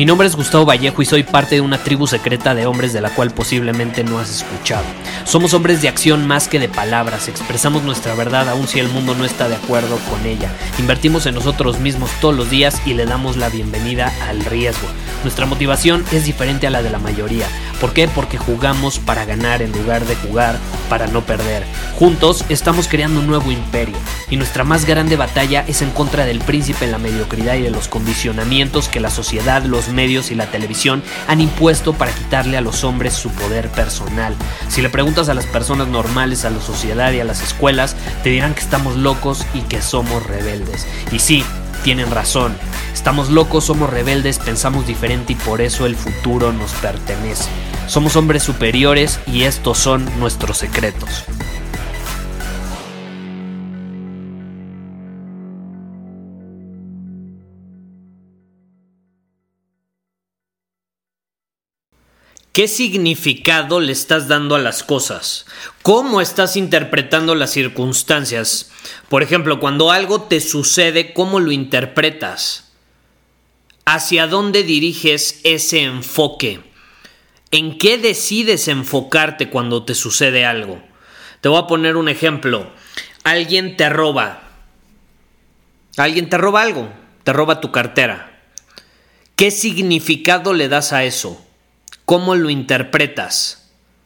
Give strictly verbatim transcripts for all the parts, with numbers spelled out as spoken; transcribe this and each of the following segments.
Mi nombre es Gustavo Vallejo y soy parte de una tribu secreta de hombres de la cual posiblemente no has escuchado. Somos hombres de acción más que de palabras, expresamos nuestra verdad aun si el mundo no está de acuerdo con ella. Invertimos en nosotros mismos todos los días y le damos la bienvenida al riesgo. Nuestra motivación es diferente a la de la mayoría. ¿Por qué? Porque jugamos para ganar en lugar de jugar para no perder. Juntos estamos creando un nuevo imperio y nuestra más grande batalla es en contra del príncipe en la mediocridad y de los condicionamientos que la sociedad, los medios y la televisión han impuesto para quitarle a los hombres su poder personal. Si le preguntas a las personas normales, a la sociedad y a las escuelas, te dirán que estamos locos y que somos rebeldes. Y sí, tienen razón. Estamos locos, somos rebeldes, pensamos diferente y por eso el futuro nos pertenece. Somos hombres superiores y estos son nuestros secretos. ¿Qué significado le estás dando a las cosas? ¿Cómo estás interpretando las circunstancias? Por ejemplo, cuando algo te sucede, ¿cómo lo interpretas? ¿Hacia dónde diriges ese enfoque? ¿En qué decides enfocarte cuando te sucede algo? Te voy a poner un ejemplo. Alguien te roba. Alguien te roba algo. Te roba tu cartera. ¿Qué significado le das a eso? ¿Cómo lo interpretas?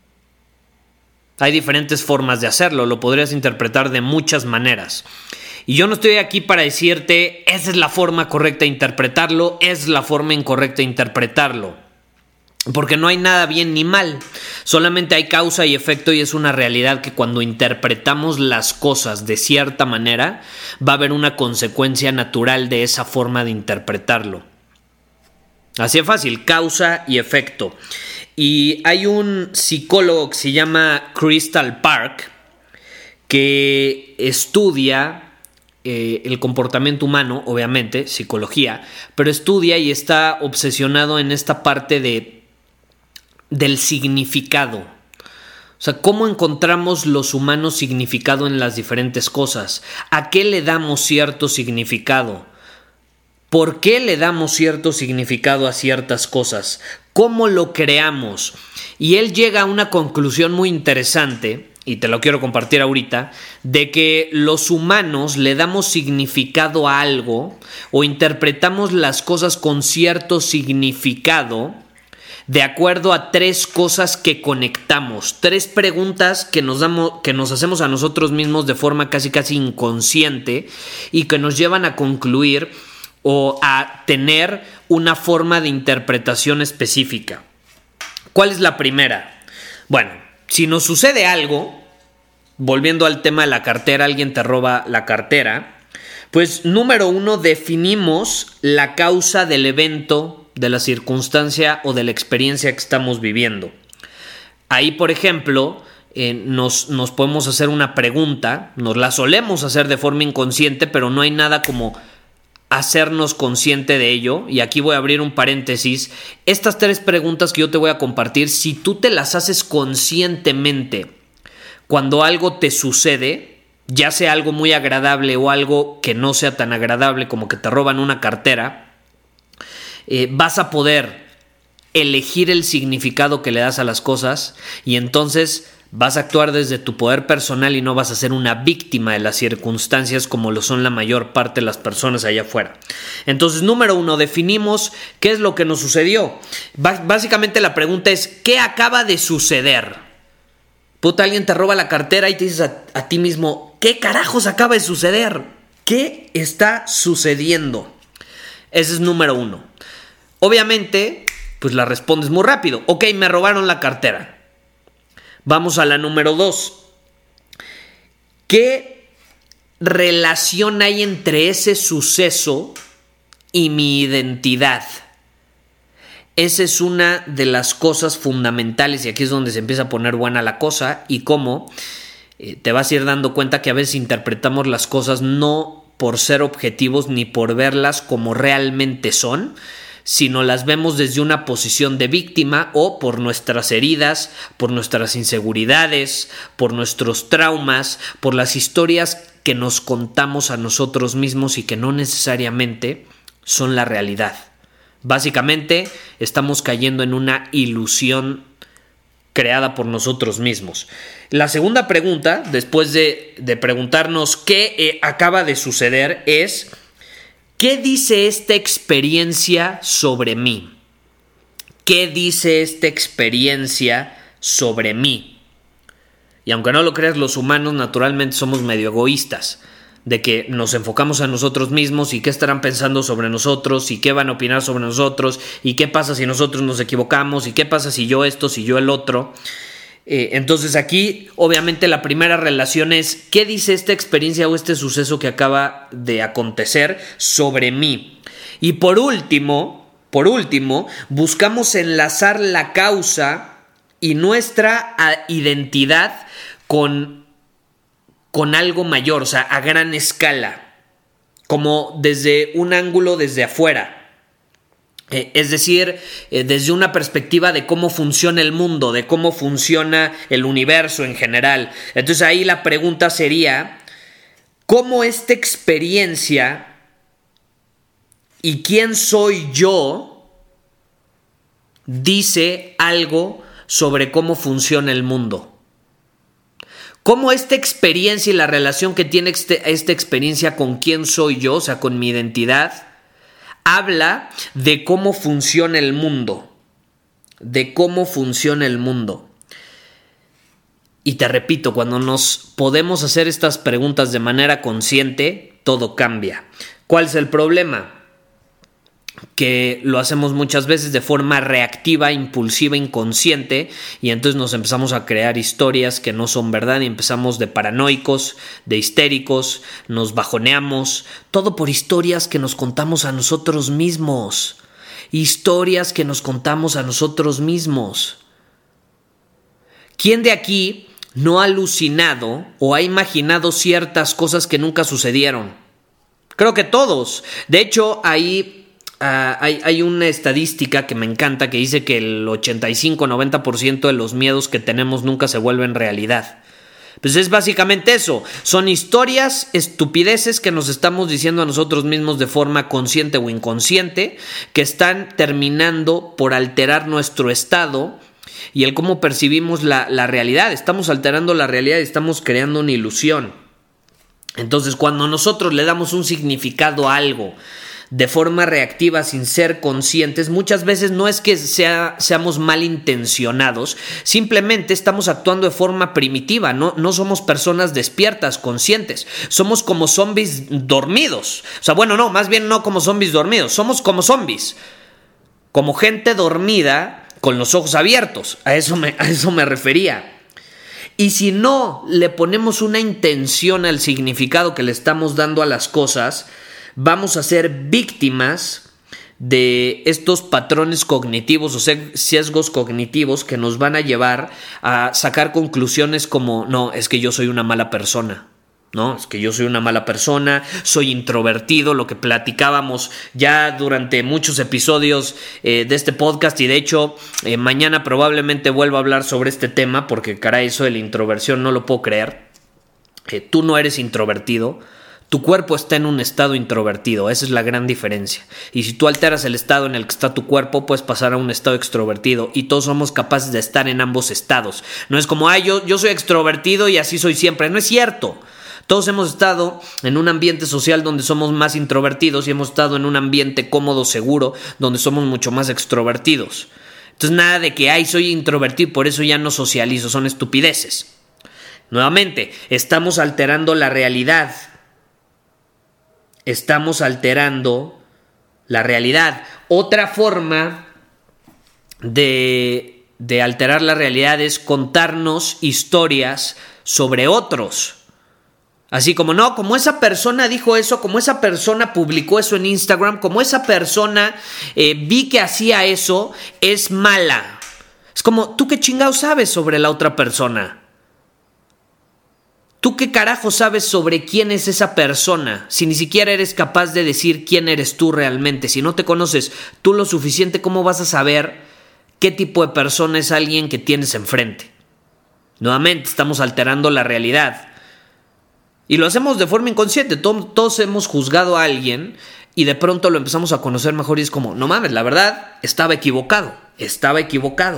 Hay diferentes formas de hacerlo, lo podrías interpretar de muchas maneras. Y yo no estoy aquí para decirte, esa es la forma correcta de interpretarlo, es la forma incorrecta de interpretarlo. Porque no hay nada bien ni mal, solamente hay causa y efecto y es una realidad que cuando interpretamos las cosas de cierta manera, va a haber una consecuencia natural de esa forma de interpretarlo. Así de fácil, causa y efecto. Y hay un psicólogo que se llama Crystal Park que estudia eh, el comportamiento humano, obviamente, psicología, pero estudia y está obsesionado en esta parte de, del significado. O sea, ¿cómo encontramos los humanos significado en las diferentes cosas? ¿A qué le damos cierto significado? ¿Por qué le damos cierto significado a ciertas cosas? ¿Cómo lo creamos? Y él llega a una conclusión muy interesante, y te lo quiero compartir ahorita, de que los humanos le damos significado a algo o interpretamos las cosas con cierto significado de acuerdo a tres cosas que conectamos, tres preguntas que nos damos, que nos hacemos a nosotros mismos de forma casi casi inconsciente y que nos llevan a concluir o a tener una forma de interpretación específica. ¿Cuál es la primera? Bueno, si nos sucede algo, volviendo al tema de la cartera, alguien te roba la cartera, pues número uno, definimos la causa del evento, de la circunstancia o de la experiencia que estamos viviendo. Ahí, por ejemplo, eh, nos, nos podemos hacer una pregunta, nos la solemos hacer de forma inconsciente, pero no hay nada como hacernos consciente de ello, y aquí voy a abrir un paréntesis. Estas tres preguntas que yo te voy a compartir, si tú te las haces conscientemente cuando algo te sucede, ya sea algo muy agradable o algo que no sea tan agradable como que te roban una cartera, eh, vas a poder elegir el significado que le das a las cosas y entonces vas a actuar desde tu poder personal y no vas a ser una víctima de las circunstancias como lo son la mayor parte de las personas allá afuera. Entonces, número uno, definimos qué es lo que nos sucedió. Básicamente la pregunta es, ¿qué acaba de suceder? Puta, alguien te roba la cartera y te dices a, a ti mismo, ¿qué carajos acaba de suceder? ¿Qué está sucediendo? Ese es número uno. Obviamente, pues la respondes muy rápido. Ok, me robaron la cartera. Vamos a la número dos. ¿Qué relación hay entre ese suceso y mi identidad? Esa es una de las cosas fundamentales y aquí es donde se empieza a poner buena la cosa y cómo eh, te vas a ir dando cuenta que a veces interpretamos las cosas no por ser objetivos ni por verlas como realmente son, sino las vemos desde una posición de víctima o por nuestras heridas, por nuestras inseguridades, por nuestros traumas, por las historias que nos contamos a nosotros mismos y que no necesariamente son la realidad. Básicamente, estamos cayendo en una ilusión creada por nosotros mismos. La segunda pregunta, después de, de preguntarnos qué eh, acaba de suceder, es ¿qué dice esta experiencia sobre mí? ¿Qué dice esta experiencia sobre mí? Y aunque no lo creas, los humanos naturalmente somos medio egoístas, de que nos enfocamos a nosotros mismos y qué estarán pensando sobre nosotros y qué van a opinar sobre nosotros y qué pasa si nosotros nos equivocamos y qué pasa si yo esto, si yo el otro. Eh, entonces aquí obviamente la primera relación es ¿qué dice esta experiencia o este suceso que acaba de acontecer sobre mí? Y por último, por último, buscamos enlazar la causa y nuestra identidad con con algo mayor, o sea, a gran escala, como desde un ángulo desde afuera, eh, es decir, eh, desde una perspectiva de cómo funciona el mundo, de cómo funciona el universo en general. Entonces ahí la pregunta sería, ¿cómo esta experiencia y quién soy yo dice algo sobre cómo funciona el mundo? ¿Cómo esta experiencia y la relación que tiene este, esta experiencia con quién soy yo, o sea, con mi identidad, habla de cómo funciona el mundo? De cómo funciona el mundo. Y te repito, cuando nos podemos hacer estas preguntas de manera consciente, todo cambia. ¿Cuál es el problema? Que lo hacemos muchas veces de forma reactiva, impulsiva, inconsciente, y entonces nos empezamos a crear historias que no son verdad y empezamos de paranoicos, de histéricos, nos bajoneamos, todo por historias que nos contamos a nosotros mismos, historias que nos contamos a nosotros mismos. ¿Quién de aquí no ha alucinado o ha imaginado ciertas cosas que nunca sucedieron? Creo que todos. De hecho, ahí Uh, hay, hay una estadística que me encanta que dice que el ochenta y cinco a noventa por ciento de los miedos que tenemos nunca se vuelven realidad. Pues es básicamente eso, son historias, estupideces que nos estamos diciendo a nosotros mismos de forma consciente o inconsciente, que están terminando por alterar nuestro estado y el cómo percibimos la, la realidad. Estamos alterando la realidad y estamos creando una ilusión. Entonces, cuando nosotros le damos un significado a algo de forma reactiva sin ser conscientes, muchas veces no es que sea, seamos malintencionados, simplemente estamos actuando de forma primitiva, no, no somos personas despiertas, conscientes, somos como zombies dormidos, o sea, bueno, no, más bien no como zombies dormidos, somos como zombies, como gente dormida con los ojos abiertos, a eso me, a eso me refería. Y si no le ponemos una intención al significado que le estamos dando a las cosas, vamos a ser víctimas de estos patrones cognitivos o sesgos cognitivos que nos van a llevar a sacar conclusiones como, no, es que yo soy una mala persona, no, es que yo soy una mala persona, soy introvertido, lo que platicábamos ya durante muchos episodios eh, de este podcast, y de hecho eh, mañana probablemente vuelva a hablar sobre este tema porque caray, eso de la introversión no lo puedo creer. Eh, tú no eres introvertido. Tu cuerpo está en un estado introvertido, esa es la gran diferencia. Y si tú alteras el estado en el que está tu cuerpo, puedes pasar a un estado extrovertido. Y todos somos capaces de estar en ambos estados. No es como, ay, yo, yo soy extrovertido y así soy siempre. No es cierto. Todos hemos estado en un ambiente social donde somos más introvertidos y hemos estado en un ambiente cómodo, seguro, donde somos mucho más extrovertidos. Entonces nada de que, ay, soy introvertido, por eso ya no socializo, son estupideces. Nuevamente, estamos alterando la realidad. Estamos alterando la realidad. Otra forma de, de alterar la realidad es contarnos historias sobre otros. Así como, no, como esa persona dijo eso, como esa persona publicó eso en Instagram, como esa persona eh, vi que hacía eso, es mala. Es como, ¿tú qué chingados sabes sobre la otra persona? ¿Tú qué carajo sabes sobre quién es esa persona? Si ni siquiera eres capaz de decir quién eres tú realmente. Si no te conoces tú lo suficiente, ¿cómo vas a saber qué tipo de persona es alguien que tienes enfrente? Nuevamente, estamos alterando la realidad. Y lo hacemos de forma inconsciente. Todos, todos hemos juzgado a alguien y de pronto lo empezamos a conocer mejor y es como, no mames, la verdad, estaba equivocado, estaba equivocado.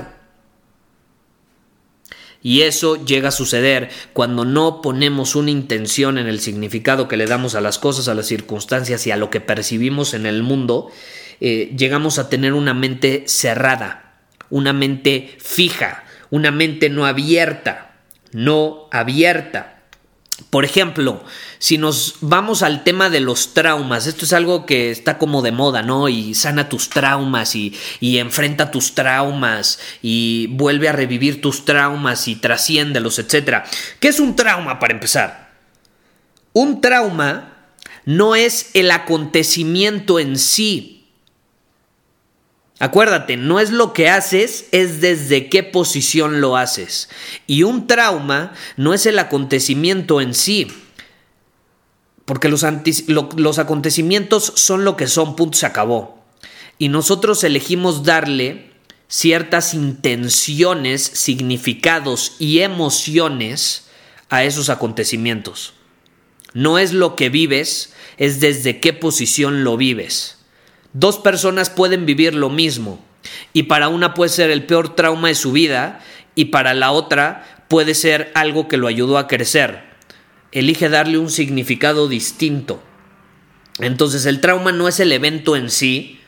Y eso llega a suceder cuando no ponemos una intención en el significado que le damos a las cosas, a las circunstancias y a lo que percibimos en el mundo. Eh, llegamos a tener una mente cerrada, una mente fija, una mente no abierta, no abierta. Por ejemplo, si nos vamos al tema de los traumas, esto es algo que está como de moda, ¿no? Y sana tus traumas y, y enfrenta tus traumas y vuelve a revivir tus traumas y trasciéndelos, etcétera. ¿Qué es un trauma para empezar? Un trauma no es el acontecimiento en sí. Acuérdate, no es lo que haces, es desde qué posición lo haces. Y un trauma no es el acontecimiento en sí, porque los, anti- lo, los acontecimientos son lo que son, punto, se acabó. Y nosotros elegimos darle ciertas intenciones, significados y emociones a esos acontecimientos. No es lo que vives, es desde qué posición lo vives. Dos personas pueden vivir lo mismo y para una puede ser el peor trauma de su vida y para la otra puede ser algo que lo ayudó a crecer. Elige darle un significado distinto. Entonces el trauma no es el evento en sí,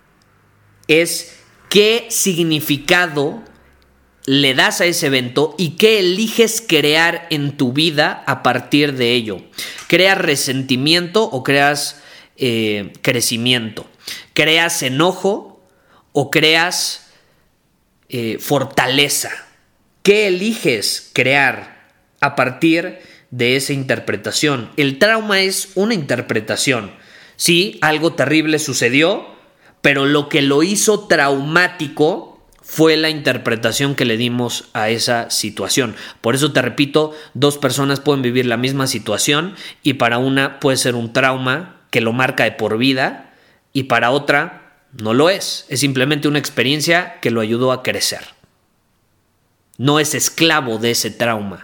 es qué significado le das a ese evento y qué eliges crear en tu vida a partir de ello. ¿Creas resentimiento o creas eh, crecimiento? ¿Creas enojo o creas eh, fortaleza? ¿Qué eliges crear a partir de esa interpretación? El trauma es una interpretación. Sí, algo terrible sucedió, pero lo que lo hizo traumático fue la interpretación que le dimos a esa situación. Por eso te repito, dos personas pueden vivir la misma situación y para una puede ser un trauma que lo marca de por vida y para otra no lo es. Es simplemente una experiencia que lo ayudó a crecer. No es esclavo de ese trauma.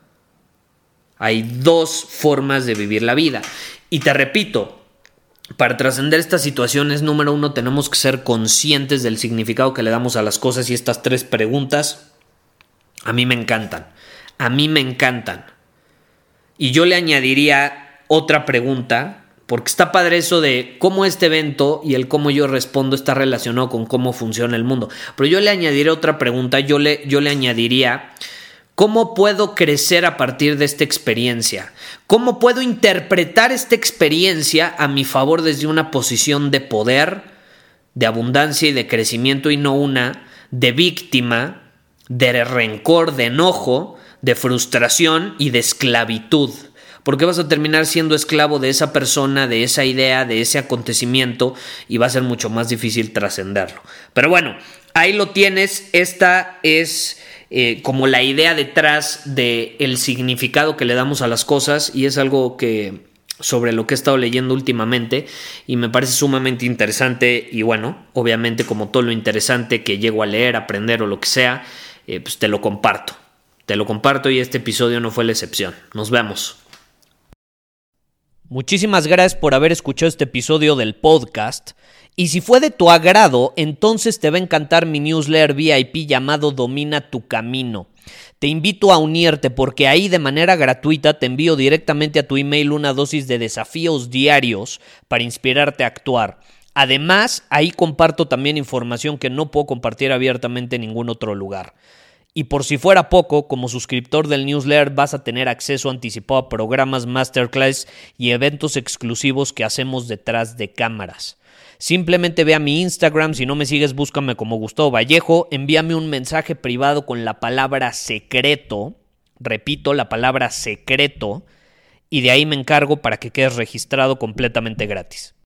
Hay dos formas de vivir la vida. Y te repito, para trascender estas situaciones, número uno, tenemos que ser conscientes del significado que le damos a las cosas y estas tres preguntas a mí me encantan. A mí me encantan. Y yo le añadiría otra pregunta, porque está padre eso de cómo este evento y el cómo yo respondo está relacionado con cómo funciona el mundo. Pero yo le añadiría otra pregunta, yo le, yo le añadiría, ¿cómo puedo crecer a partir de esta experiencia? ¿Cómo puedo interpretar esta experiencia a mi favor desde una posición de poder, de abundancia y de crecimiento y no una de víctima, de rencor, de enojo, de frustración y de esclavitud? Porque vas a terminar siendo esclavo de esa persona, de esa idea, de ese acontecimiento y va a ser mucho más difícil trascenderlo. Pero bueno, ahí lo tienes. Esta es eh, como la idea detrás del significado que le damos a las cosas y es algo que sobre lo que he estado leyendo últimamente y me parece sumamente interesante y bueno, obviamente como todo lo interesante que llego a leer, aprender o lo que sea, eh, pues te lo comparto. Te lo comparto y este episodio no fue la excepción. Nos vemos. Muchísimas gracias por haber escuchado este episodio del podcast. Y si fue de tu agrado, entonces te va a encantar mi newsletter V I P llamado Domina tu Camino. Te invito a unirte porque ahí de manera gratuita te envío directamente a tu email una dosis de desafíos diarios para inspirarte a actuar. Además, ahí comparto también información que no puedo compartir abiertamente en ningún otro lugar. Y por si fuera poco, como suscriptor del newsletter vas a tener acceso anticipado a programas, masterclass y eventos exclusivos que hacemos detrás de cámaras. Simplemente ve a mi Instagram, si no me sigues búscame como Gustavo Vallejo, envíame un mensaje privado con la palabra secreto, repito la palabra secreto, y de ahí me encargo para que quedes registrado completamente gratis.